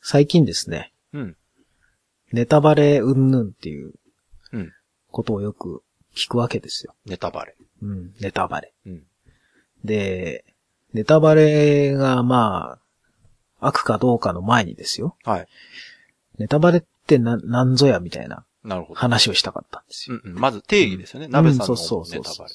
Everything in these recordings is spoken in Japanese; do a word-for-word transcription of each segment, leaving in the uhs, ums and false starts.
最近ですね、 うん。 ネタバレうんぬんっていううん。 ことをよく聞くわけですよ。 ネタバレ。 うん、ネタバレ。 うん。 で、ネタバレがまあ、悪かどうかの前にですよ。 はい。 ネタバレってな、なんぞやみたいななるほど。 話をしたかったんですよ。 うんうん。まず定義ですよね。 うん、 鍋さんのうんそうそうネタバレ。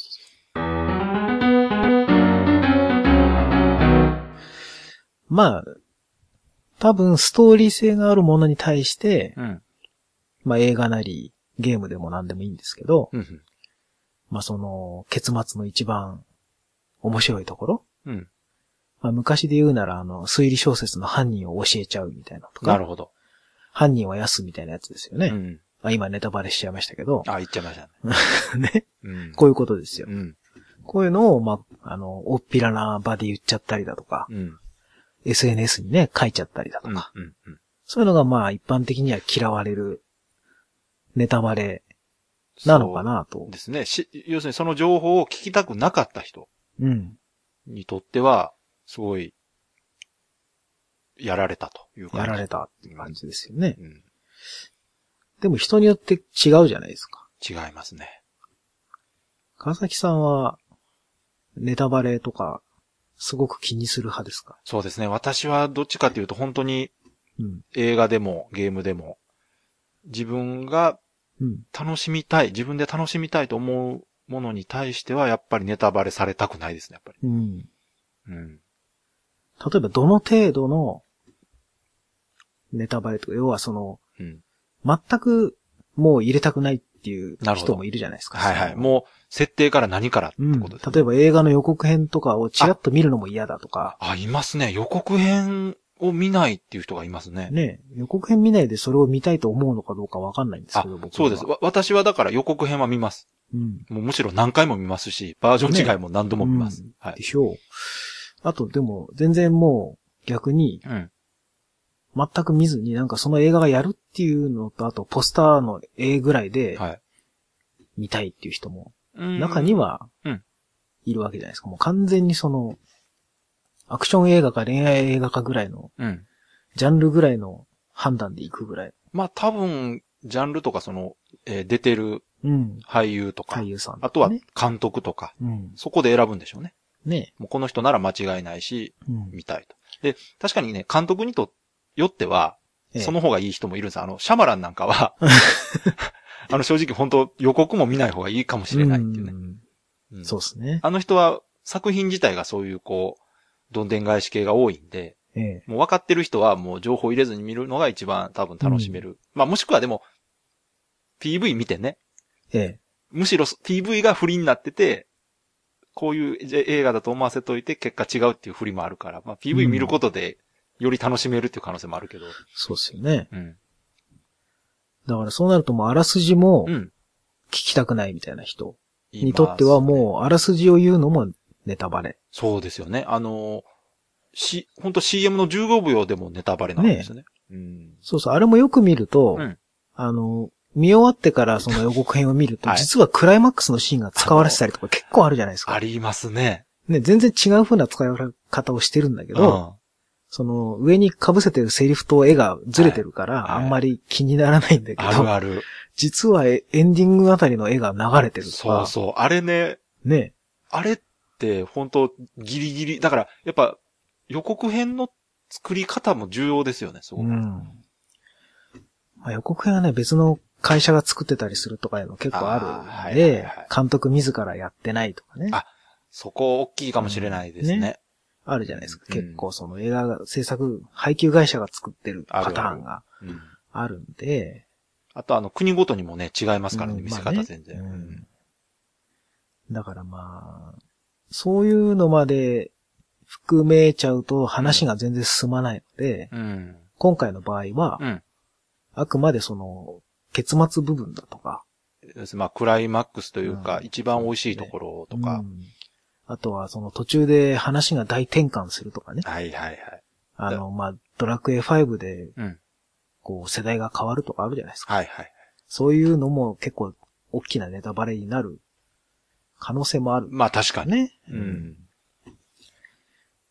まあ、多分ストーリー性があるものに対して、 うん。 まあ映画なりゲームでも何でもいいんですけど、 うんうん。 まあその結末の一番面白いところ、 うん。 まあ昔で言うならあの推理小説の犯人を教えちゃうみたいなとか、 なるほど。 犯人は安みたいなやつですよね。 うん。 まあ今ネタバレしちゃいましたけど、 あ、言っちゃいましたね。 ね、 うん。 こういうことですよ。 うん。 こういうのをまああの大っぴらな場で言っちゃったりだとか、 うん。 エスエヌエス にね書いちゃったりだとか、 うん。うん。 そういうのがまあ一般的には嫌われるネタバレなのかなと。 ですね。し、要するにその情報を聞きたくなかった人うん。 にとっては、すごい、やられたという感じ。 やられたっていう感じですよね。 うん。 でも人によって違うじゃないですか。 違いますね。 川崎さんは、ネタバレとか、すごく気にする派ですか？ そうですね。私はどっちかというと本当に、映画でもゲームでも、自分が楽しみたい、自分で楽しみたいと思うものに対しては、やっぱりネタバレされたくないですね、やっぱり。 うん。 うん。 例えばどの程度のネタバレとか、要はその、うん、全くもう入れたくないっていう人もいるじゃないですか。 はいはい。もう、設定から何からってことですね、 うん。例えば映画の予告編とかをチラッと見るのも嫌だとか。 あ、あ、いますね。予告編を見ないっていう人がいますね。 ねえ。予告編見ないでそれを見たいと思うのかどうかわかんないんですけど、僕は。 そうです。私はだから予告編は見ます。うん。もうむしろ何回も見ますし、バージョン違いも何度も見ます。 ね、 はい。 でしょう。あと、でも、全然もう、逆に、うん。全く見ずに、なんかその映画がやるっていうのと、あと、ポスターの絵ぐらいで、はい。見たいっていう人も、中には、うん。いるわけじゃないですか。もう完全にその、アクション映画か恋愛映画かぐらいの、うん。ジャンルぐらいの判断でいくぐらい。 まあ多分、ジャンルとかその、えー、出てる俳優とか、うん、俳優さん、ね、あとは監督とか、うん、そこで選ぶんでしょうね。ね。もうこの人なら間違いないし、うん、見たいと。で、確かにね、監督にとよっては、その方がいい人もいるんです。あの、シャマランなんかは、あの正直本当予告も見ない方がいいかもしれないっていうね。 うんうん、そうですね。 あの人は作品自体がそういうこう、どんでん返し系が多いんで、ええ、もう分かってる人はもう情報入れずに見るのが一番多分楽しめる。うん、まあもしくはでも、ピーブイ 見てね。ええ、むしろ ピーブイ が不利になってて、こういう映画だと思わせといて結果違うっていう不利もあるから、まあ ピーブイ 見ることでより楽しめるっていう可能性もあるけど。うん、 そうですよね。うん。だからそうなるともうあらすじも、聞きたくないみたいな人にとってはもうあらすじを言うのもネタバレ。 そうですよね。あの、し、本当 シーエム のじゅうごびょうでもネタバレなんですよね。ね、 うん、そうそう、あれもよく見ると、うん、あの、見終わってからその予告編を見ると、はい、実はクライマックスのシーンが使われてたりとか結構あるじゃないですか。 ありますね。 ね、全然違う風な使い方をしてるんだけど、うん、その上に被せてるセリフと絵がずれてるから、はい、あんまり気にならないんだけど、 あるある。 実はエンディングあたりの絵が流れてるとか。 そうそう。あれね。ね。あれって本当ギリギリ。だから、やっぱ予告編の作り方も重要ですよね、すごく。うん。 まあ、予告編はね、別の会社が作ってたりするとかいうの結構あるんで、はいはいはい、監督自らやってないとかね。 あ、そこ大きいかもしれないですね。うん、ねあるじゃないですか。うん、結構その映画制作、配給会社が作ってるパターンがあるんで。 あとあの国ごとにもね、違いますからね、うん、見せ方全然、まあねうん。 だからまあ、そういうのまで含めちゃうと話が全然進まないので、うん、今回の場合は、うん、あくまでその結末部分だとか、 まあクライマックスというか、うん、一番美味しいところとか、うん、 あとはその途中で話が大転換するとかね。 はいはいはい。 あのまあドラクエファイブで、うんこう世代が変わるとかあるじゃないですか。はいはい。そういうのも結構大きなネタバレになる可能性もある、ね。 まあ確かに。ね。うん。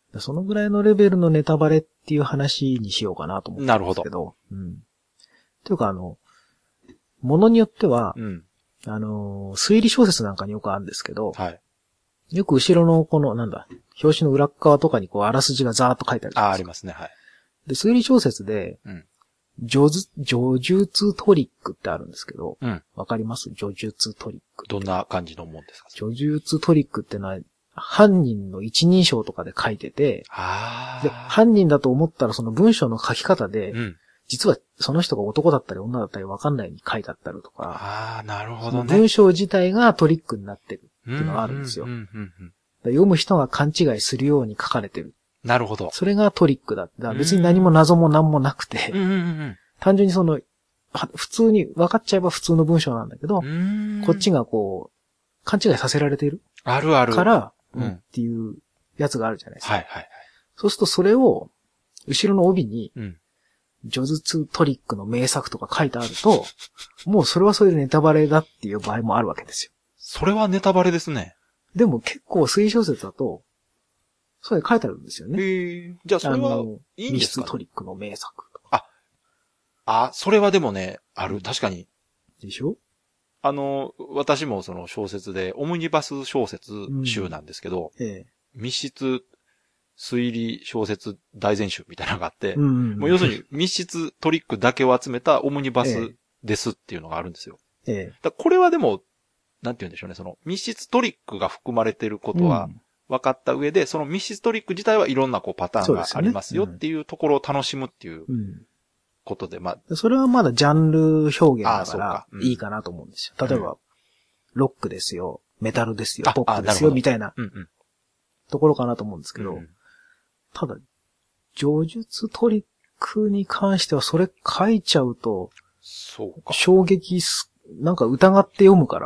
そのぐらいのレベルのネタバレっていう話にしようかなと思ってるんですけど。なるほど。うん。というかあの、ものによっては、うん、あの、推理小説なんかによくあるんですけど、はい。よく後ろのこの、なんだ、表紙の裏側とかにこう、あらすじがザーッと書いてあるじゃないですか。あ、ありますね、はい。で、推理小説で、うん。叙述トリックってあるんですけど、うん。わかります？叙述トリック。 どんな感じのもんですか？ 叙述トリックってのは、犯人の一人称とかで書いてて、あで、犯人だと思ったらその文章の書き方で、うん、実はその人が男だったり女だったりわかんないように書いてあったりとか、ああ、なるほどね。文章自体がトリックになってるっていうのがあるんですよ。読む人が勘違いするように書かれてる。 なるほど。 それがトリックだ。だから別に何も謎も何もなくて、うんうんうん、単純にその、普通に分かっちゃえば普通の文章なんだけど、こっちがこう、勘違いさせられている。あるある。から、うん、っていうやつがあるじゃないですか。はいはいはい。そうするとそれを、後ろの帯に、うん、叙述トリックの名作とか書いてあると、もうそれはそれでネタバレだっていう場合もあるわけですよ。 それはネタバレですね。 でも結構推理小説だと、それ書いてあるんですよね。へえ。じゃあそれはいいんですかね。 密室トリックの名作とか。あ、あ、それはでもね、ある。確かに。 でしょ？ あの、私もその小説で、オムニバス小説集なんですけど、うんええ、密室推理小説大全集みたいなのがあって、うんうんうん、もう要するに密室トリックだけを集めたオムニバスですっていうのがあるんですよ。ええ、だこれはでも、なんて言うんでしょうね、その密室トリックが含まれていることは分かった上で、うん、その密室トリック自体はいろんなこうパターンがありますよっていうところを楽しむっていうことで、まあ。それはまだジャンル表現だからいいかなと思うんですよ。例えば、ロックですよ、メタルですよ、ポップですよ、みたいなところかなと思うんですけど、うんただ、叙述トリックに関してはそれ書いちゃうと、そうか。衝撃す、なんか疑って読むから。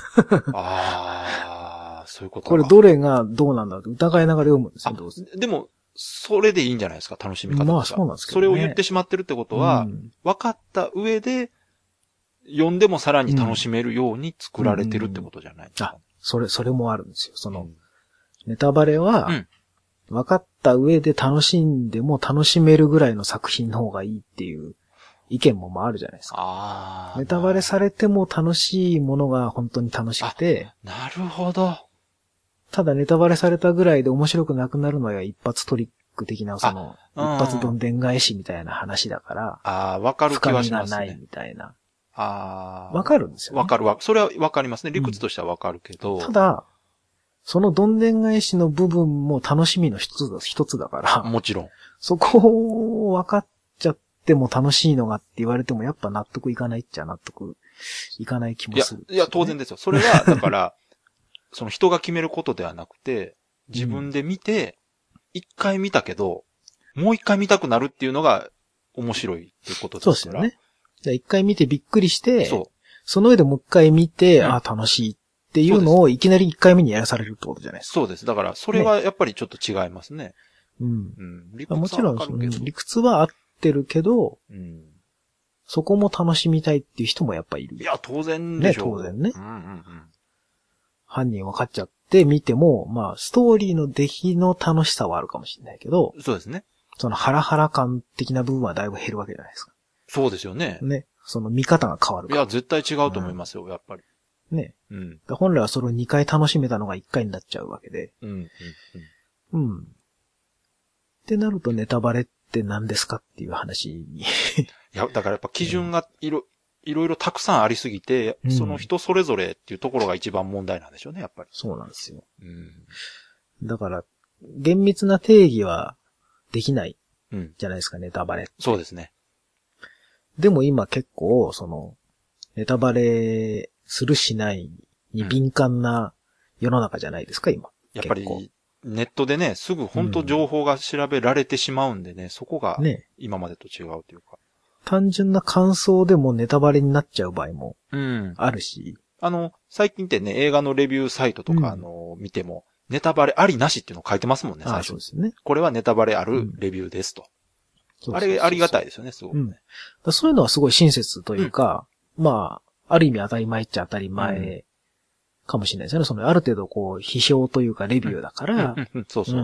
ああ、そういうことか。 これどれがどうなんだって疑いながら読むんですよ、どうせ。 でも、それでいいんじゃないですか、楽しみ方が。 まあそうなんですけど、 ね。それを言ってしまってるってことは、うん、分かった上で、読んでもさらに楽しめるように作られてるってことじゃないですか、 うんうん。あ、それ、それもあるんですよ。その、うん、ネタバレは、うん分かった上で楽しんでも楽しめるぐらいの作品の方がいいっていう意見もまああるじゃないですか。あネタバレされても楽しいものが本当に楽しくて。 なるほど。 ただネタバレされたぐらいで面白くなくなるのは一発トリック的なその、一発どんでん返しみたいな話だから。 ああ、わかる気はしますね。 深みがないみたいな。 ああ。 わかるんですよ、ね。 わかるわ。それはわかりますね。理屈としてはわかるけど。 うん、ただ、そのどんでん返しの部分も楽しみの一つだ、一つだから。 もちろん。 そこを分かっちゃっても楽しいのがって言われてもやっぱ納得いかないっちゃ納得いかない気もする、ね、 いや、いや、当然ですよ。それは、だから、その人が決めることではなくて、自分で見て、一、うん、回見たけど、もう一回見たくなるっていうのが面白いっていうことですから。そうですよね。 じゃあ一回見てびっくりして、そう。その上でもう一回見て、うん、ああ、楽しい。っていうのをいきなり一回目にやらされるってことじゃないですか。 そうです。だから、それはやっぱりちょっと違いますね。ねうん。うん。理屈はもちろんその、理屈は合ってるけど、うん、そこも楽しみたいっていう人もやっぱいる。 いや、当然でしょう。 ね、当然ね。うんうんうん。犯人分かっちゃって見ても、まあ、ストーリーの出来の楽しさはあるかもしれないけど、 そうですね。 そのハラハラ感的な部分はだいぶ減るわけじゃないですか。 そうですよね。 ね。その見方が変わるから。 いや、絶対違うと思いますよ、うん、やっぱり。 ね。うん。本来はそれをにかい楽しめたのがいっかいになっちゃうわけで。うん、うん、うん。うん。ってなるとネタバレって何ですかっていう話に。いや、だからやっぱ基準がいろ、いろいろたくさんありすぎて、うん、その人それぞれっていうところが一番問題なんでしょうね、やっぱり。 そうなんですよ。うん。だから、厳密な定義はできないじゃないですか、うん、ネタバレって。 そうですね。 でも今結構、その、ネタバレ、するしないに敏感な世の中じゃないですか、今。 やっぱりネットでね、すぐ本当情報が調べられてしまうんでね、うん、そこが今までと違うというか、ね。 単純な感想でもネタバレになっちゃう場合もあるし。 うん、あの、最近ってね、映画のレビューサイトとか、うん、あの、見ても、ネタバレありなしっていうのを書いてますもんね、最初。あ、そうですね。これはネタバレあるレビューですと。うん、そうそうそうそう、あれありがたいですよね、すごくね、 うん。そういうのはすごい親切というか、うん、まあ、ある意味当たり前っちゃ当たり前かもしれないですよね。そのある程度こう、批評というかレビューだから、 そうそう、うん。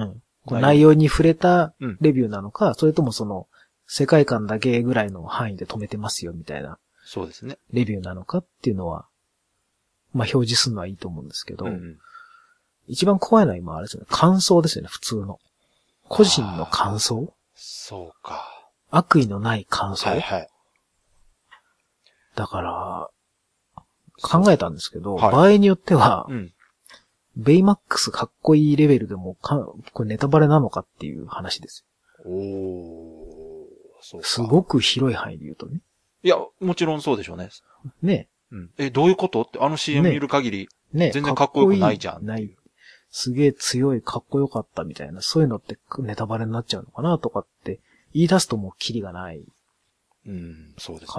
内容に触れたレビューなのか、うん、それともその、世界観だけぐらいの範囲で止めてますよみたいな。 そうですね。 レビューなのかっていうのは、まあ表示するのはいいと思うんですけど、うん、一番怖いのは今あれですよね。感想ですよね、普通の。個人の感想？ そうか。 悪意のない感想？ はいはい。 だから、考えたんですけど、 はい、 場合によっては、 うん、 ベイマックスかっこいいレベルでもか、これネタバレなのかっていう話ですよ。おー、そうか。 すごく広い範囲で言うとね。 いや、もちろんそうでしょうね。 ね。 うん、え、どういうことってあの シーエム 見る限り、ね、全然かっこよくないじゃん。 ない。すげえ強い、かっこよかったみたいな、そういうのってネタバレになっちゃうのかなとかって言い出すともうキリがない。 うん、そうですね。 から。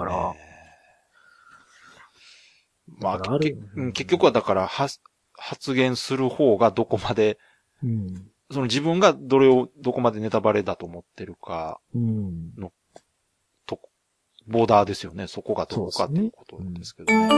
まあ、けうん、結局はだから、は、発言する方がどこまで、 うん、 その自分がどれをどこまでネタバレだと思ってるかの、うん、と、ボーダーですよね。そこがどこかっていうことですけどね。だ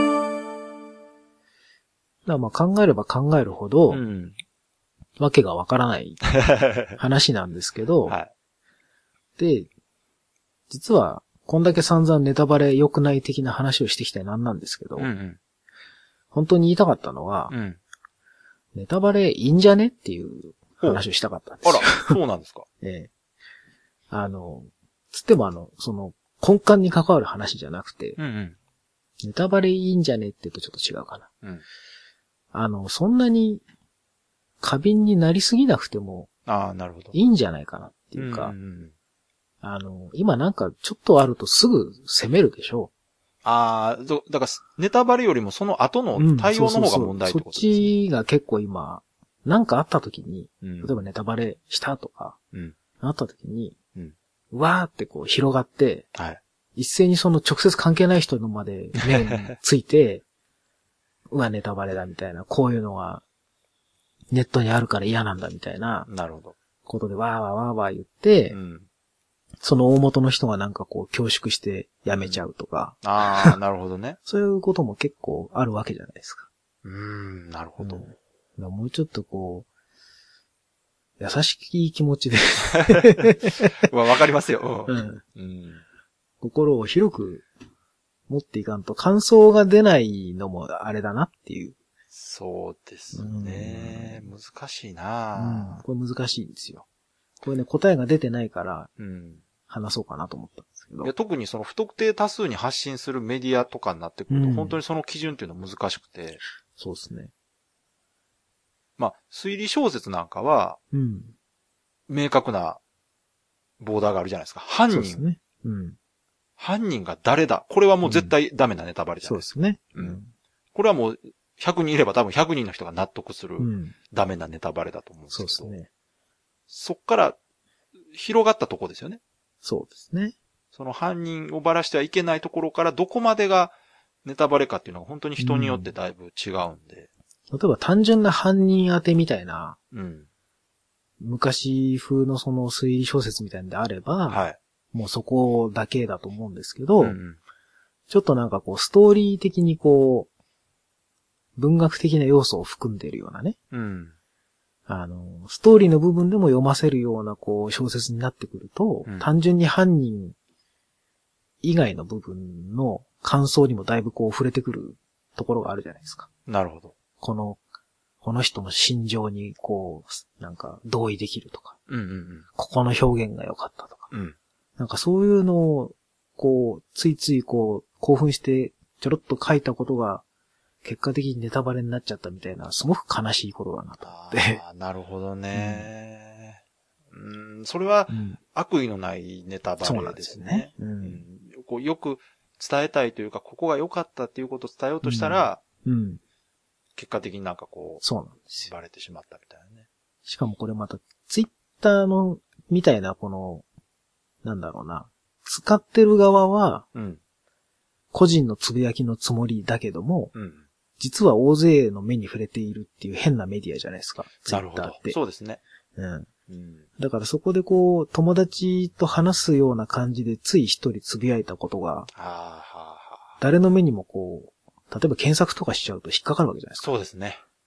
からまあ考えれば考えるほど、うん、わけがわからない話なんですけど、はい、で、実は、こんだけ散々ネタバレ良くない的な話をしてきてなんなんですけど、うんうん、本当に言いたかったのは、うん、ネタバレいいんじゃねっていう話をしたかったんですよ。 あら、そうなんですか。 ええ。あの、つってもあの、その、根幹に関わる話じゃなくて、うんうん、ネタバレいいんじゃねって言うとちょっと違うかな。うん、あの、そんなに過敏になりすぎなくても、 ああ、なるほど。 いいんじゃないかなっていうか、うんうんうん、あの、今なんかちょっとあるとすぐ責めるでしょ。 ああ、だからネタバレよりもその後の対応の方が問題ってことですね。 そっちが結構今、なんかあった時に、うん、例えばネタバレしたとか、うん、あった時に、うん、わーってこう広がって、はい、一斉にその直接関係ない人のまで目について、うわ、ネタバレだみたいな、こういうのがネットにあるから嫌なんだみたいな、 なるほど。 ことでわーわーわーわー言って、うん、その大元の人がなんかこう恐縮してやめちゃうとか。 うん、ああ、なるほどね。 そういうことも結構あるわけじゃないですか。 うーん、なるほど。 うん、もうちょっとこう、優しい気持ちでわ。わかりますよ、 うんうん。心を広く持っていかんと感想が出ないのもあれだなっていう。 そうですね。うん、難しいな、 うん、これ難しいんですよ。これね、答えが出てないから、話そうかなと思ったんですけど。 いや特にその不特定多数に発信するメディアとかになってくると、うん、本当にその基準っていうのは難しくて。 そうですね。 まあ、推理小説なんかは、うん、明確なボーダーがあるじゃないですか。犯人。そうですね。うん、犯人が誰だ。これはもう絶対ダメなネタバレじゃないですか。 そうですね。 うん。これはもうひゃくにんいれば多分ひゃくにんの人が納得するダメなネタバレだと思うんですけど。そうですね。そっから広がったとこですよね。 そうですね。 その犯人をばらしてはいけないところからどこまでがネタバレかっていうのが本当に人によってだいぶ違うんで。 うん、例えば単純な犯人当てみたいな、うん、昔風のその推理小説みたいなのであれば、はい、もうそこだけだと思うんですけど、うんうん、ちょっとなんかこうストーリー的にこう、文学的な要素を含んでいるようなね。うん、あの、ストーリーの部分でも読ませるようなこう小説になってくると、うん、単純に犯人以外の部分の感想にもだいぶこう触れてくるところがあるじゃないですか。 なるほど。 この、この人の心情にこう、なんか同意できるとか、うんうんうん、ここの表現が良かったとか、うん、なんかそういうのを、こう、ついついこう、興奮してちょろっと書いたことが、結果的にネタバレになっちゃったみたいな、すごく悲しいことだなと思って。 ああ、なるほどね。うん、うんそれは、悪意のないネタバレですね。そうなんですね。うん、こうよく伝えたいというか、ここが良かったっていうことを伝えようとしたら、うんうん、結果的になんかこう、 そうなんですよ。バレてしまったみたいなね。 しかもこれまた、ツイッターの、みたいなこの、なんだろうな、使ってる側は、うん、個人のつぶやきのつもりだけども、うん、実は大勢の目に触れているっていう変なメディアじゃないですか。 なるほど。そうですね。 うん。うん、だからそこでこう、友達と話すような感じでつい一人つぶやいたことが、誰の目にもこう、例えば検索とかしちゃうと引っかかるわけじゃないですか。 そうですね。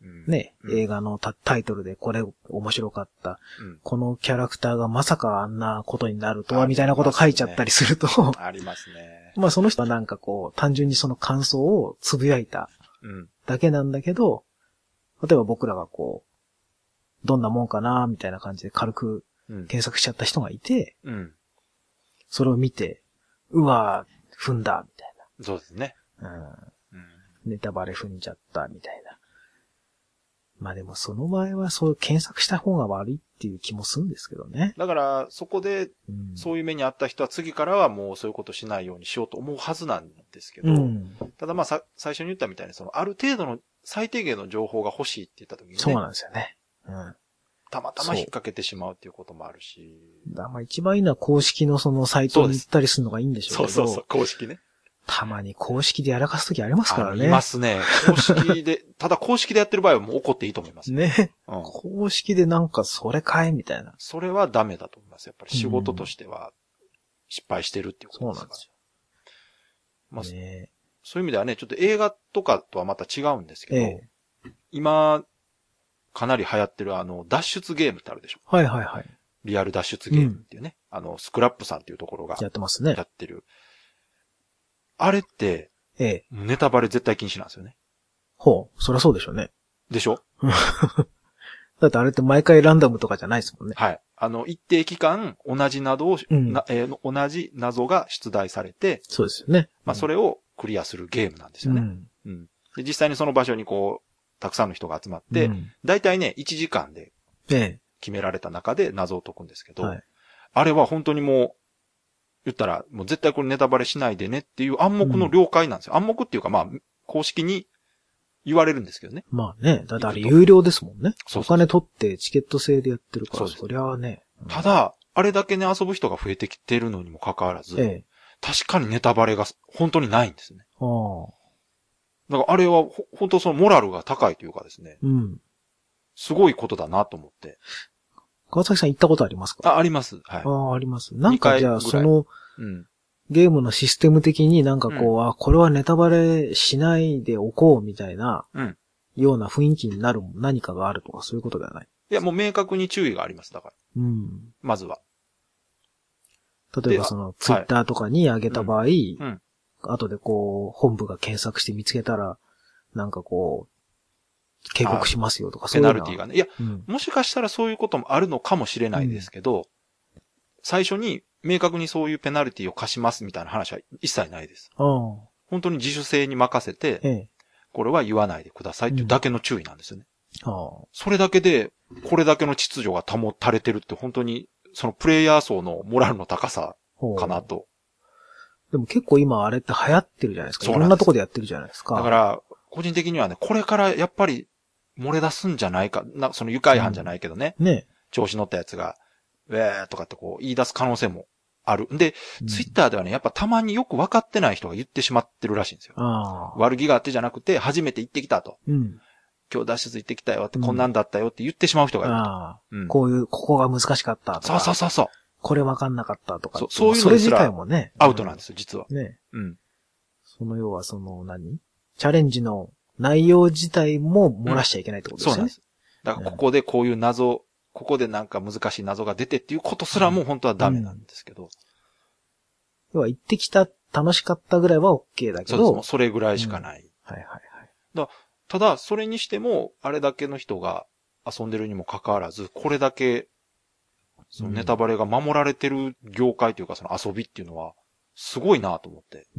ね、うん、映画のタイトルでこれ面白かった、うん、このキャラクターがまさかあんなことになるとは、みたいなこと書いちゃったりすると、 ありますね。 まあその人はなんかこう、単純にその感想をつぶやいただけなんだけど、うん、例えば僕らがこう、どんなもんかなみたいな感じで軽く検索しちゃった人がいて、うん、それを見て、うわぁ、踏んだ、みたいな。そうですね。 うん。ネタバレ踏んじゃった、みたいな。まあでもその場合はそう検索した方が悪いっていう気もするんですけどね。 だからそこでそういう目にあった人は次からはもうそういうことしないようにしようと思うはずなんですけど、うん、ただまあさ最初に言ったみたいにそのある程度の最低限の情報が欲しいって言った時にね。 そうなんですよね。うん。 たまたま引っ掛けてしまうっていうこともあるし。 だまあ一番いいのは公式のそのサイトに行ったりするのがいいんでしょうけど。 そうそうそう、公式ね。 たまに公式でやらかすときありますからね。 ありますね。公式で、ただ公式でやってる場合はもう怒っていいと思います。 ね。うん、公式でなんかそれかいみたいな。 それはダメだと思います。やっぱり仕事としては失敗してるっていうことですから。そうなんですよ。まあ、ね、そういう意味ではね、ちょっと映画とかとはまた違うんですけど、ええ、今、かなり流行ってるあの、脱出ゲームってあるでしょ。 はいはいはい。 リアル脱出ゲームっていうね。うん、あの、スクラップさんっていうところが。 やってますね。 やってる。あれって、ええ。ネタバレ絶対禁止なんですよね。 ほう。そりゃそうでしょうね。 でしょだってあれって毎回ランダムとかじゃないですもんね。 はい。あの、一定期間、同じ謎を、うんなえー、同じ謎が出題されて、 そうですよね。 まあ、それをクリアするゲームなんですよね。うん。うん、で、実際にその場所にこう、たくさんの人が集まって、うん、だいたいね、いちじかんで、決められた中で謎を解くんですけど、はい、あれは本当にもう、言ったら、もう絶対これネタバレしないでねっていう暗黙の了解なんですよ。うん、暗黙っていうかまあ、公式に言われるんですけどね。 まあね。だってあれ有料ですもんね。そうそうそう、お金取ってチケット制でやってるから、そりゃあね。 うん、ただ、あれだけね遊ぶ人が増えてきてるのにもかかわらず、ええ、確かにネタバレが本当にないんですね。ああ。だからあれは本当そのモラルが高いというかですね。うん。すごいことだなと思って。 川崎さん行ったことありますか？ あ、あります。はい。 ああ、あります。なんかじゃあ、その、うん、ゲームのシステム的になんかこう、うん、あ、これはネタバレしないでおこうみたいな、うん、ような雰囲気になる何かがあるとかそういうことではない？ いや、もう明確に注意があります、だから。うん。まずは。 例えばその、ツイッターとかに上げた場合、はいうん、後でこう、本部が検索して見つけたら、なんかこう、警告しますよとかそういうの。 ペナルティがね。いや、うん、もしかしたらそういうこともあるのかもしれないですけど、うん、最初に明確にそういうペナルティを課しますみたいな話は一切ないです。本当に自主性に任せて、ええ、これは言わないでくださいっていうだけの注意なんですよね。うん、それだけで、これだけの秩序が保たれてるって本当に、そのプレイヤー層のモラルの高さかなと。 でも結構今あれって流行ってるじゃないですか。いろんなとこでやってるじゃないですか。 だから、個人的にはね、これからやっぱり漏れ出すんじゃないか。なその愉快犯じゃないけどね。うん、ね。調子乗ったやつが、ウェーとかってこう言い出す可能性もある。で、うん、ツイッターではね、やっぱたまによく分かってない人が言ってしまってるらしいんですよ。あ悪気があってじゃなくて、初めて行ってきたと。うん、今日脱出行ってきたよって、こんなんだったよって言ってしまう人がいると。あうん、こういう、ここが難しかったとか。 そうそうそうそう。 これ分かんなかったとか。 そう、そういうのそれ自体もね。 アウトなんですよ、実は。ね。 うん。その要はその何チャレンジの内容自体も漏らしちゃいけないってことですよね。うん、そうなんです。だからここでこういう謎、うん、ここでなんか難しい謎が出てっていうことすらも本当はダメなんですけど。うん、 要は行ってきた、楽しかったぐらいは OK だけど。 そうです。もうそれぐらいしかない。うん、 はいはいはい。 だただ、それにしても、あれだけの人が遊んでるにもかかわらず、これだけ、そのネタバレが守られてる業界というかその遊びっていうのは、すごいなと思って。うん、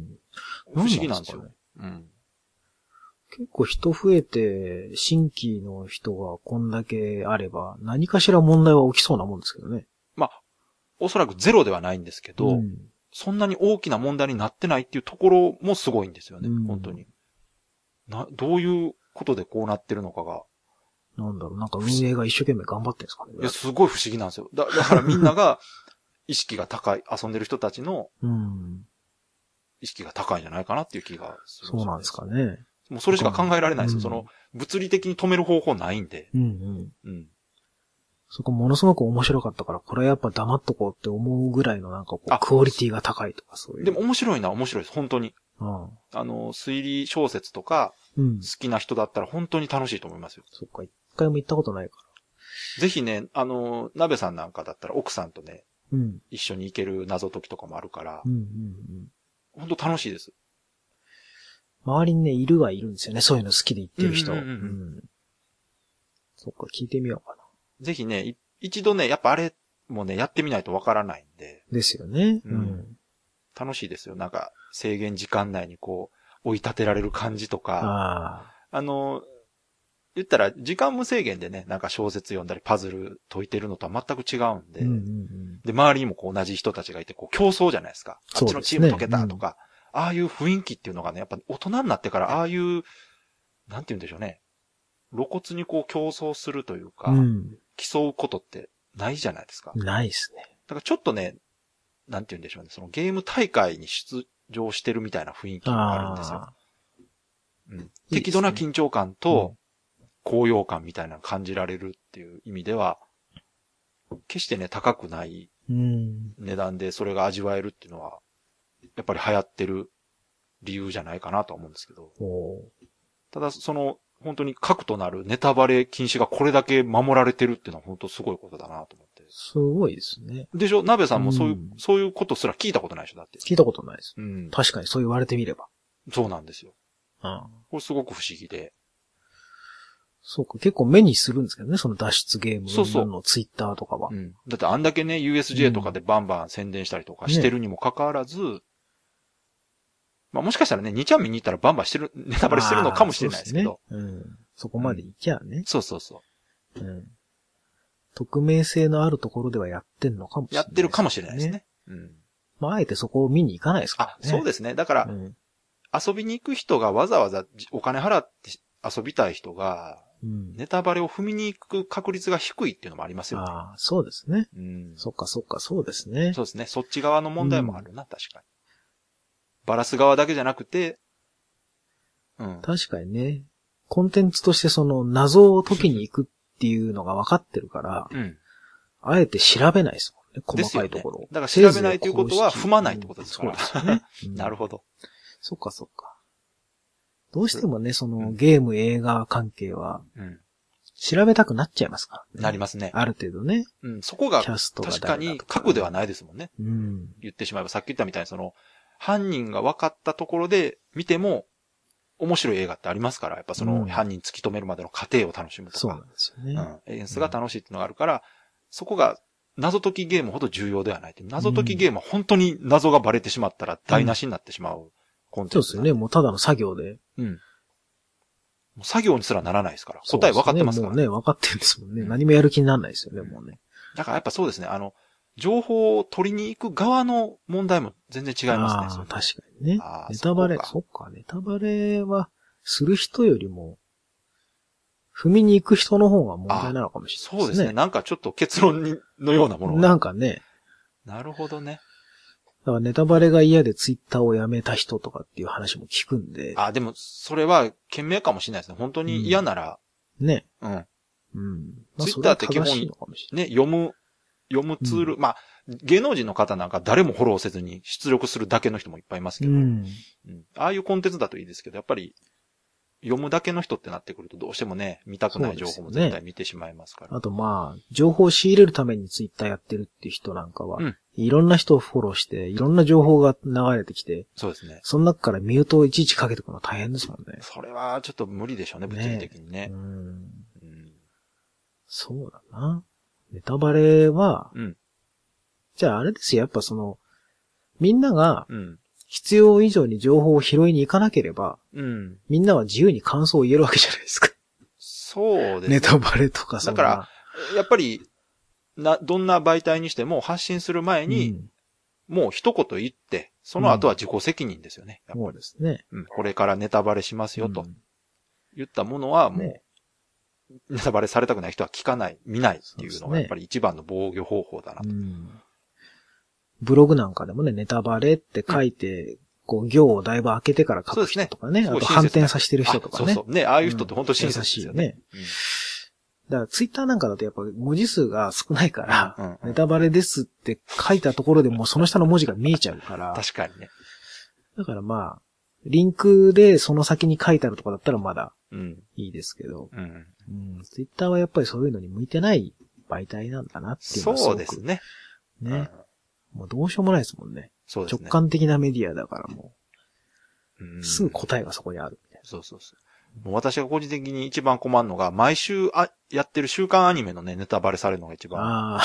不思議なんですよ。なんですかね、うん。 結構人増えて、新規の人がこんだけあれば、何かしら問題は起きそうなもんですけどね。 まあ、おそらくゼロではないんですけど、うん、そんなに大きな問題になってないっていうところもすごいんですよね、うん、本当に。な、どういうことでこうなってるのかが。 なんだろう、なんか運営が一生懸命頑張ってるんですかね。 いや、すごい不思議なんですよ。だ、だからみんなが意識が高い、遊んでる人たちの、意識が高いんじゃないかなっていう気がする、 そうなんですかね。 もうそれしか考えられないですよ。うん、その、物理的に止める方法ないんで。うんうん。 うん。そこものすごく面白かったから、これはやっぱ黙っとこうって思うぐらいのなんかこう、クオリティが高いとかそういう。 でも面白いのは面白いです、本当に。 うん、 あの、推理小説とか、好きな人だったら本当に楽しいと思いますよ。 うん、そっか、一回も行ったことないから。 ぜひね、あの、鍋さんなんかだったら奥さんとね、 うん、 一緒に行ける謎解きとかもあるから、 うんうんうん、 本当楽しいです。 周りにね、いるはいるんですよね。そういうの好きで行ってる人。 うんうんうんうん、 そっか、聞いてみようかな。 ぜひね、一度ね、やっぱあれもね、やってみないとわからないんで。 ですよね。 うん。楽しいですよ。なんか、制限時間内にこう、追い立てられる感じとか。ああの、言ったら、時間無制限でね、なんか小説読んだり、パズル解いてるのとは全く違うんで。うんうんうん、で、周りにもこう同じ人たちがいて、こう競争じゃないですか。あっちのチーム解けたとか、うん、ああいう雰囲気っていうのがね、やっぱ大人になってから、ああいう、なんて言うんでしょうね。露骨にこう競争するというか、うん、競うことってないじゃないですか。 ないですね。 だからちょっとね、なんて言うんでしょうね。そのゲーム大会に出場してるみたいな雰囲気があるんですよ。うん、いいですね。適度な緊張感と高揚感みたいなの感じられるっていう意味では、決してね、高くない値段でそれが味わえるっていうのは、やっぱり流行ってる理由じゃないかなと思うんですけど。ただ、その、本当に核となるネタバレ禁止がこれだけ守られてるっていうのは本当すごいことだなと思って。 すごいですね。 でしょ？鍋さんもそういう、うん、そういうことすら聞いたことないでしょ？だって。 聞いたことないです。うん。確かにそう言われてみれば。 そうなんですよ。 うん。 これすごく不思議で。 そうか、結構目にするんですけどね、その脱出ゲームのツイッターとかは。 うん。だってあんだけね、ユーエスジェー とかでバンバン宣伝したりとかしてるにもかかわらず、ね、まあもしかしたらね、にちゃん見に行ったらバンバンしてる、ネタバレしてるのかもしれないですけど。 そうですね。うん。そこまで行きゃね、うん。 そうそうそう。 うん。匿名性のあるところではやってんのかもしれない、 ね。やってるかもしれないですね。うん。 まああえてそこを見に行かないですからね。 あ、そうですね。だから、うん、遊びに行く人がわざわざお金払って遊びたい人が、うん、ネタバレを踏みに行く確率が低いっていうのもありますよね。 ああ、そうですね。うん。そっかそっか、そうですね。 そうですね。そっち側の問題もあるな、うん、確かに。バラす側だけじゃなくて、 うん。確かにね。コンテンツとしてその謎を解きに行くっていうのが分かってるから、うん。あえて調べないですもんね、細かいところ。 ね、だから調べないということは踏まないってことですから。 うん、そうですよね。 うん、なるほど。 そっかそっか。どうしてもね、その、うん、ゲーム映画関係は、うん、調べたくなっちゃいますからね。 なりますね。 ある程度ね。 うん、そこが、確かに核ではないですもんね。うん。言ってしまえば、さっき言ったみたいにその、犯人が分かったところで見ても、面白い映画ってありますから、やっぱその、犯人突き止めるまでの過程を楽しむとか。 そうなんですよね。 うん。演出が楽しいっていうのがあるから、うん、そこが、謎解きゲームほど重要ではない。謎解きゲームは本当に謎がバレてしまったら台無しになってしまうコンテンツ、うん。 そうですよね。もうただの作業で。 うん。もう作業にすらならないですから。答え分かってますから。 ね、もうね、分かってるんですもんね。うん、何もやる気にならないですよね、もうね。 だからやっぱそうですね。あの、情報を取りに行く側の問題も全然違いますね。 ああ、確かにね。ネタバレ、そっか、ネタバレはする人よりも、踏みに行く人の方が問題なのかもしれないですね。そうですね。 なんかちょっと結論にのようなものなんかね。 なるほどね。 だからネタバレが嫌でツイッターをやめた人とかっていう話も聞くんで。 あ、でも、それは、賢明かもしれないですね。本当に嫌なら。 うん、ね。 うん。 うん。 まあ、ツイッターって基本、ね、読む、読むツール、うん、まあ、芸能人の方なんか誰もフォローせずに出力するだけの人もいっぱいいますけど、うんうん、ああいうコンテンツだといいですけど、やっぱり、読むだけの人ってなってくるとどうしてもね、見たくない情報も絶対見てしまいますから。 ね、あとまあ、情報を仕入れるためにツイッターやってるっていう人なんかは、うん、いろんな人をフォローして、いろんな情報が流れてきて、 そうですね。 その中からミュートをいちいちかけてくの大変ですもんね。 それはちょっと無理でしょうね、物理的にね。ね、うんうんそうだな。ネタバレは、うん、じゃああれですよ、やっぱその、みんなが、うん必要以上に情報を拾いに行かなければ、うん、みんなは自由に感想を言えるわけじゃないですか。 そうですね。 ネタバレとかさ。 だから、やっぱり、な、どんな媒体にしても発信する前に、うん、もう一言言って、その後は自己責任ですよね。 うん、そうですね、 うん。これからネタバレしますよと、うん、言ったものはもう、ね、ネタバレされたくない人は聞かない、見ないっていうのがやっぱり一番の防御方法だなと。 ブログなんかでもね、ネタバレって書いて、うん、こう、行をだいぶ開けてから書く人とかね。ねあと反転させてる人とかね。 そうそう。ね、ああいう人って本当親切ですよね。 うん、優しいよね。うん、だからツイッターなんかだとやっぱ文字数が少ないから、うんうんうん、ネタバレですって書いたところでもうその下の文字が見えちゃうから。 確かにね。 だからまあ、 リンクでその先に書いてあるとかだったらまだいいですけど、うん。うん。ツイッターはやっぱりそういうのに向いてない媒体なんだなっていうのはすごく。 そうですね。 ね。もうどうしようもないですもんね。 そうですね。 直感的なメディアだからもう、うん、すぐ答えがそこにあるみたいな。 そうそうそう。もう私が個人的に一番困るのが、毎週あやってる週刊アニメのね、ネタバレされるのが一番。ああ。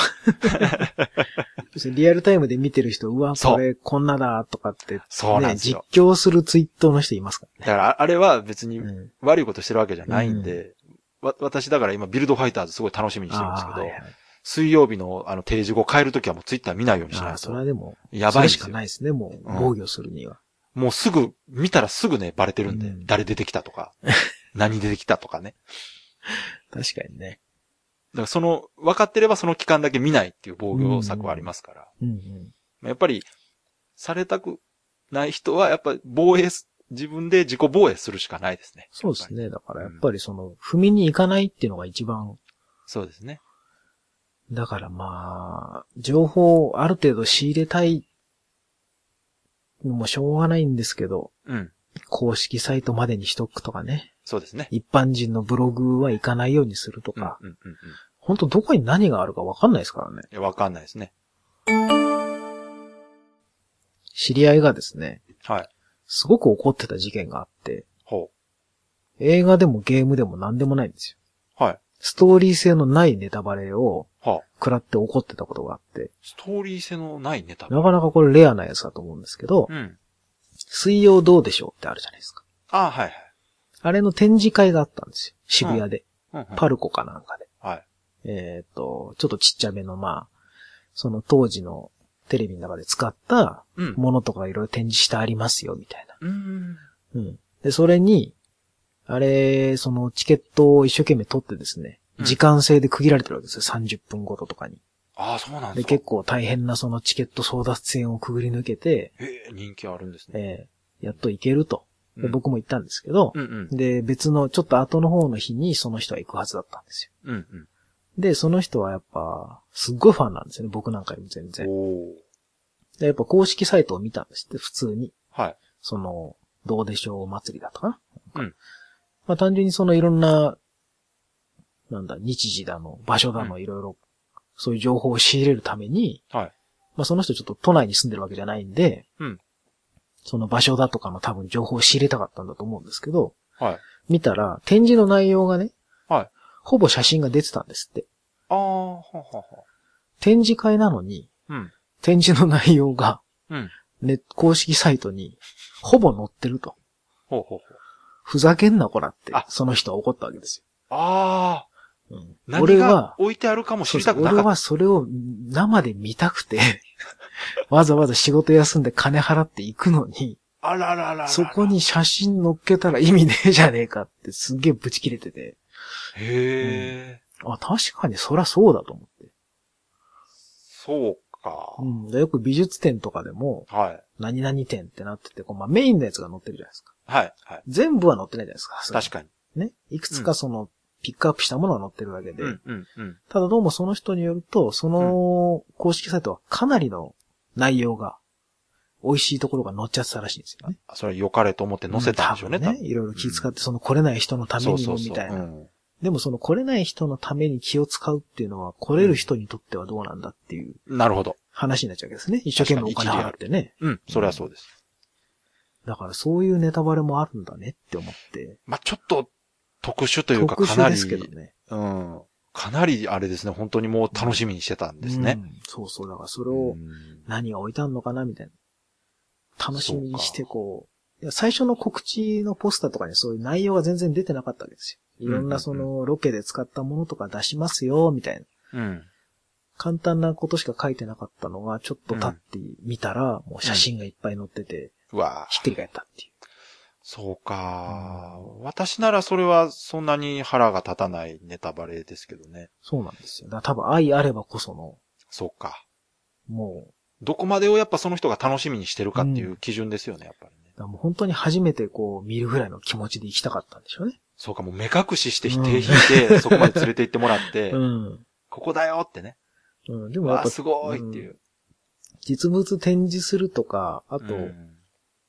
リアルタイムで見てる人、うわ、これこんなだとかって、ね、 そうなんですよ。 実況するツイートの人いますからね。 だからあれは別に悪いことしてるわけじゃないんで、うん、わ私だから今ビルドファイターズすごい楽しみにしてるんですけど、はいはい、水曜日のあの定時後変えるときはもうツイッター見ないようにしないと。 それはでも、 やばいですよ。 それしかないですね、もう防御するには。 うん、もうすぐ、見たらすぐね、バレてるんで、うん、誰出てきたとか、何出てきたとかね。 確かにね。 だからその、分かってればその期間だけ見ないっていう防御策はありますから。うんうん、やっぱり、されたくない人は、やっぱり防衛、自分で自己防衛するしかないですね。 そうですね。だからやっぱりその、踏みに行かないっていうのが一番。 そうですね。 だからまあ、情報をある程度仕入れたいのもしょうがないんですけど、うん、公式サイトまでにしとくとかね。 そうですね。 一般人のブログは行かないようにするとか。うんうんうんうん、本当どこに何があるか分かんないですからね。 いや、分かんないですね。 知り合いがですね。 はい。 すごく怒ってた事件があって。ほう。映画でもゲームでも何でもないんですよ。はい。ストーリー性のないネタバレを、食らって怒ってたことがあって。 ストーリー性のないネタバレ？ なかなかこれレアなやつだと思うんですけど、うん。水曜どうでしょうってあるじゃないですか。 ああ、はいはい。 あれの展示会があったんですよ。渋谷で。うんうんうん、パルコかなんかで。はい。えっと、ちょっとちっちゃめの、まあ、その当時のテレビの中で使ったものとかいろいろ展示してありますよ、みたいな。うん。うん。で、それに、あれ、そのチケットを一生懸命取ってですね、うん、時間制で区切られてるわけですよ。さんじゅっぷんごととかに。 ああ、そうなんですか。 で、結構大変なそのチケット争奪戦をくぐり抜けて、 ええ、人気あるんですね。 ええ、やっと行けると。で、僕も行ったんですけど、うんうん、で、別のちょっと後の方の日にその人は行くはずだったんですよ。うんうん、で、その人はやっぱ、すっごいファンなんですよね。僕なんかよりも全然。で、やっぱ公式サイトを見たんですって、普通に。はい。その、どうでしょう祭りだとかな。うん。まあ単純にそのいろんな、なんだ、日時だの、場所だの、いろいろ、そういう情報を仕入れるために、はい。まあその人ちょっと都内に住んでるわけじゃないんで、うん。その場所だとかの多分情報を仕入れたかったんだと思うんですけど、はい。見たら、展示の内容がね、はい。ほぼ写真が出てたんですって。ああ、ははは。展示会なのに、うん。展示の内容が、うん。ね、公式サイトに、ほぼ載ってると。ほうほうほう。ふざけんなこらって、その人は怒ったわけですよ。ああ。うん。 何が置いてあるかも知りたくなかった。 俺はそれを生で見たくて、わざわざ仕事休んで金払って行くのに、 あらららら。 そこに写真載っけたら意味ねえじゃねえかってすっげえブチ切れてて。へえ、うん。あ、確かにそらそうだと思って。 そうか。 うん。よく美術展とかでも、はい。何々展ってなってて、こうまあ、メインのやつが載ってるじゃないですか。 はい。はい。 全部は載ってないじゃないですか。 確かに。 ね。いくつかその、うん、ピックアップしたものは載ってるわけで。うんうんうん、ただどうもその人によると、その公式サイトはかなりの内容が、美味しいところが載っちゃってたらしいんですよね。 それ良かれと思って載せたんでしょうね。 うん、多分ね。いろいろ気遣って、その来れない人のためにもみたいな。でもその来れない人のために気を使うっていうのは、来れる人にとってはどうなんだっていう。 なるほど。 話になっちゃうわけですね。一生懸命お金払ってね。 うん、それはそうです。 だからそういうネタバレもあるんだねって思って。 まあ、ちょっと特殊というかかなり。 特殊ですけどね。 うん。かなりあれですね、本当にもう楽しみにしてたんですね。 うんうん、そうそう、だからそれを何が置いてあるのかなみたいな。楽しみにしてこう、いや最初の告知のポスターとかにそういう内容が全然出てなかったわけですよ。いろんなそのロケで使ったものとか出しますよ、みたいな。うん。簡単なことしか書いてなかったのが、ちょっと経ってみたら、もう写真がいっぱい載ってて、うん、わひっくり返ったっていう。 そうか、うん。私ならそれはそんなに腹が立たないネタバレですけどね。 そうなんですよ。だから多分愛あればこその。 そうか。 もう。 どこまでをやっぱその人が楽しみにしてるかっていう基準ですよね、うん、やっぱりね。 だからもう本当に初めてこう見るぐらいの気持ちで行きたかったんでしょうね。 そうか、もう目隠しして手引いて、うん、そこまで連れて行ってもらって、うん、ここだよってね。うん、でもやっぱすごいっていう、うん。 実物展示するとか、あと、うん、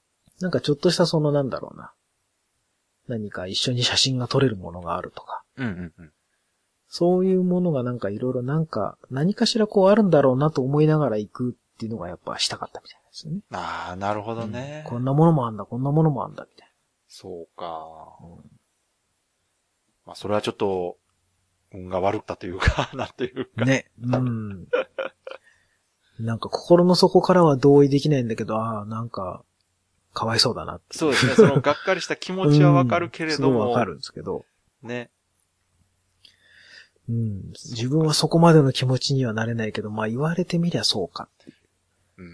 なんかちょっとしたそのなんだろうな。何か一緒に写真が撮れるものがあるとか。 うんうんうん。 そういうものがなんかいろいろなんか、何かしらこうあるんだろうなと思いながら行くっていうのがやっぱしたかったみたいですよね。 ああ、なるほどね、 うん。こんなものもあんだ、こんなものもあんだ、みたいな。 そうか。うん、まあ、それはちょっと、運が悪かったというか、なんていうか。 ね。うん。なんか心の底からは同意できないんだけど、ああ、なんか、かわいそうだなって。 そうですね。その、がっかりした気持ちはわかるけれども。 うん、すごいわかるんですけど。 ね。 うん。自分はそこまでの気持ちにはなれないけど、まあ言われてみりゃそうかっていう。 うん。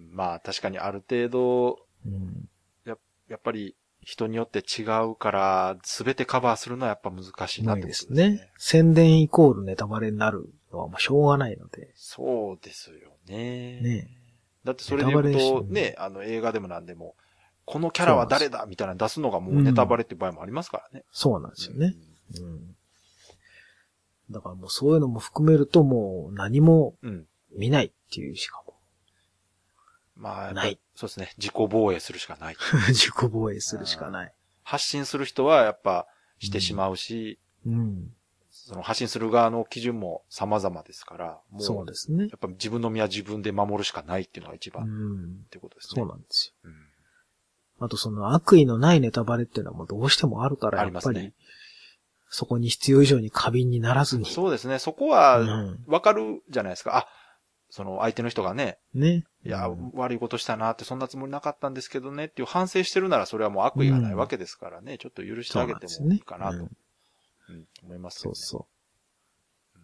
まあ確かにある程度、うん、や、やっぱり人によって違うから、すべてカバーするのはやっぱ難しいなってことですね。ですね。 宣伝イコールネタバレになるのはもうしょうがないので。 そうですよね。 ね。 だってそれで言うと、ね、あの映画でもなんでも、このキャラは誰だみたいなの出すのがもうネタバレって場合もありますからね。 そうなんですよね。うん。うん、だからもうそういうのも含めるともう何も見ないっていうしかも。 うん、まあ、ない。そうですね。自己防衛するしかない。 自己防衛するしかない。 発信する人はやっぱしてしまうし、うん。うん、その発信する側の基準も様々ですから、 もうそうですね。 やっぱ自分の身は自分で守るしかないっていうのが一番、うん、ってことですね。 そうなんですよ。うんあとその悪意のないネタバレっていうのはもうどうしてもあるからやっぱり、ね、そこに必要以上に過敏にならずに。 そうですね。そこはわかるじゃないですか。うん、あ、その相手の人がね。ね。いや、うん、悪いことしたなってそんなつもりなかったんですけどねっていう反省してるならそれはもう悪意がないわけですからね。うん、ちょっと許してあげてもいいかなと、ねうんうん、思いますけどね。そうそう。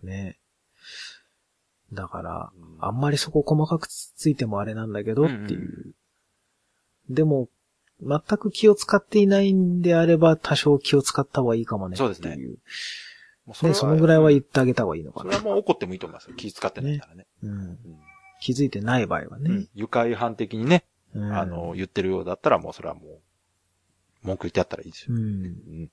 ね。だから、うん、あんまりそこ細かくついてもあれなんだけどっていう。うんうん、でも、全く気を使っていないんであれば、多少気を使った方がいいかもねっていう。そうですね。もうそれは、ね、そのぐらいは言ってあげた方がいいのかな。それはもう怒ってもいいと思いますよ。気使ってないからね。ねうんうん、気づいてない場合はね。うん、愉快犯的にね、うん、あの、言ってるようだったらもうそれはもう、文句言ってやったらいいですよ。うんうん、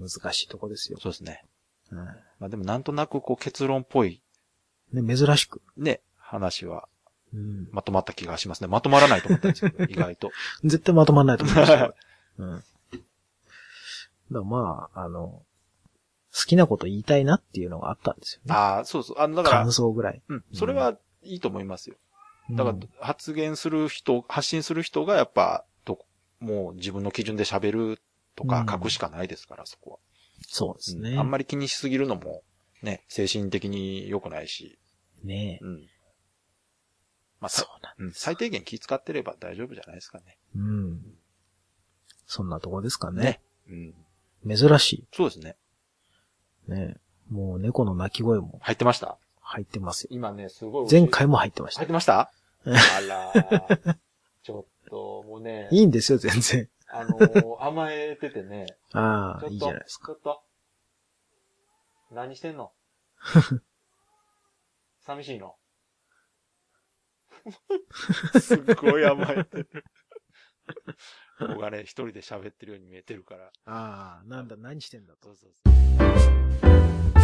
難しいとこですよ。そうですね。うん、まあでもなんとなくこう結論っぽい。ね、珍しく。ね、話は。うん、まとまった気がしますね。まとまらないと思ったんですけど、意外と。絶対まとまらないと思いますよ。うん。だからまあ、あの、好きなこと言いたいなっていうのがあったんですよね。ああ、そうそう。あの、だから。感想ぐらい。うん。それはいいと思いますよ。うん、だから、発言する人、発信する人がやっぱ、ともう自分の基準で喋るとか書くしかないですから、うん、そこは。そうですね、うん。あんまり気にしすぎるのも、ね、精神的に良くないし。ねえ。うん。まあ、そうなんです、うん。最低限気使ってれば大丈夫じゃないですかね。うん。うん、そんなとこですかね。ね。うん。珍しい。そうですね。ねもう猫の鳴き声も。入ってました？入ってますよ。今ね、すごい。前回も入ってました。入ってましたあらー。ちょっと、もうね。いいんですよ、全然。あのー、甘えててね。ああ、いいじゃないですか。ちょっと。何してんの寂しいのすっごい甘えてる。僕がね、一人で喋ってるように見えてるから。ああ、なんだ、何してんだと。そうそうそう。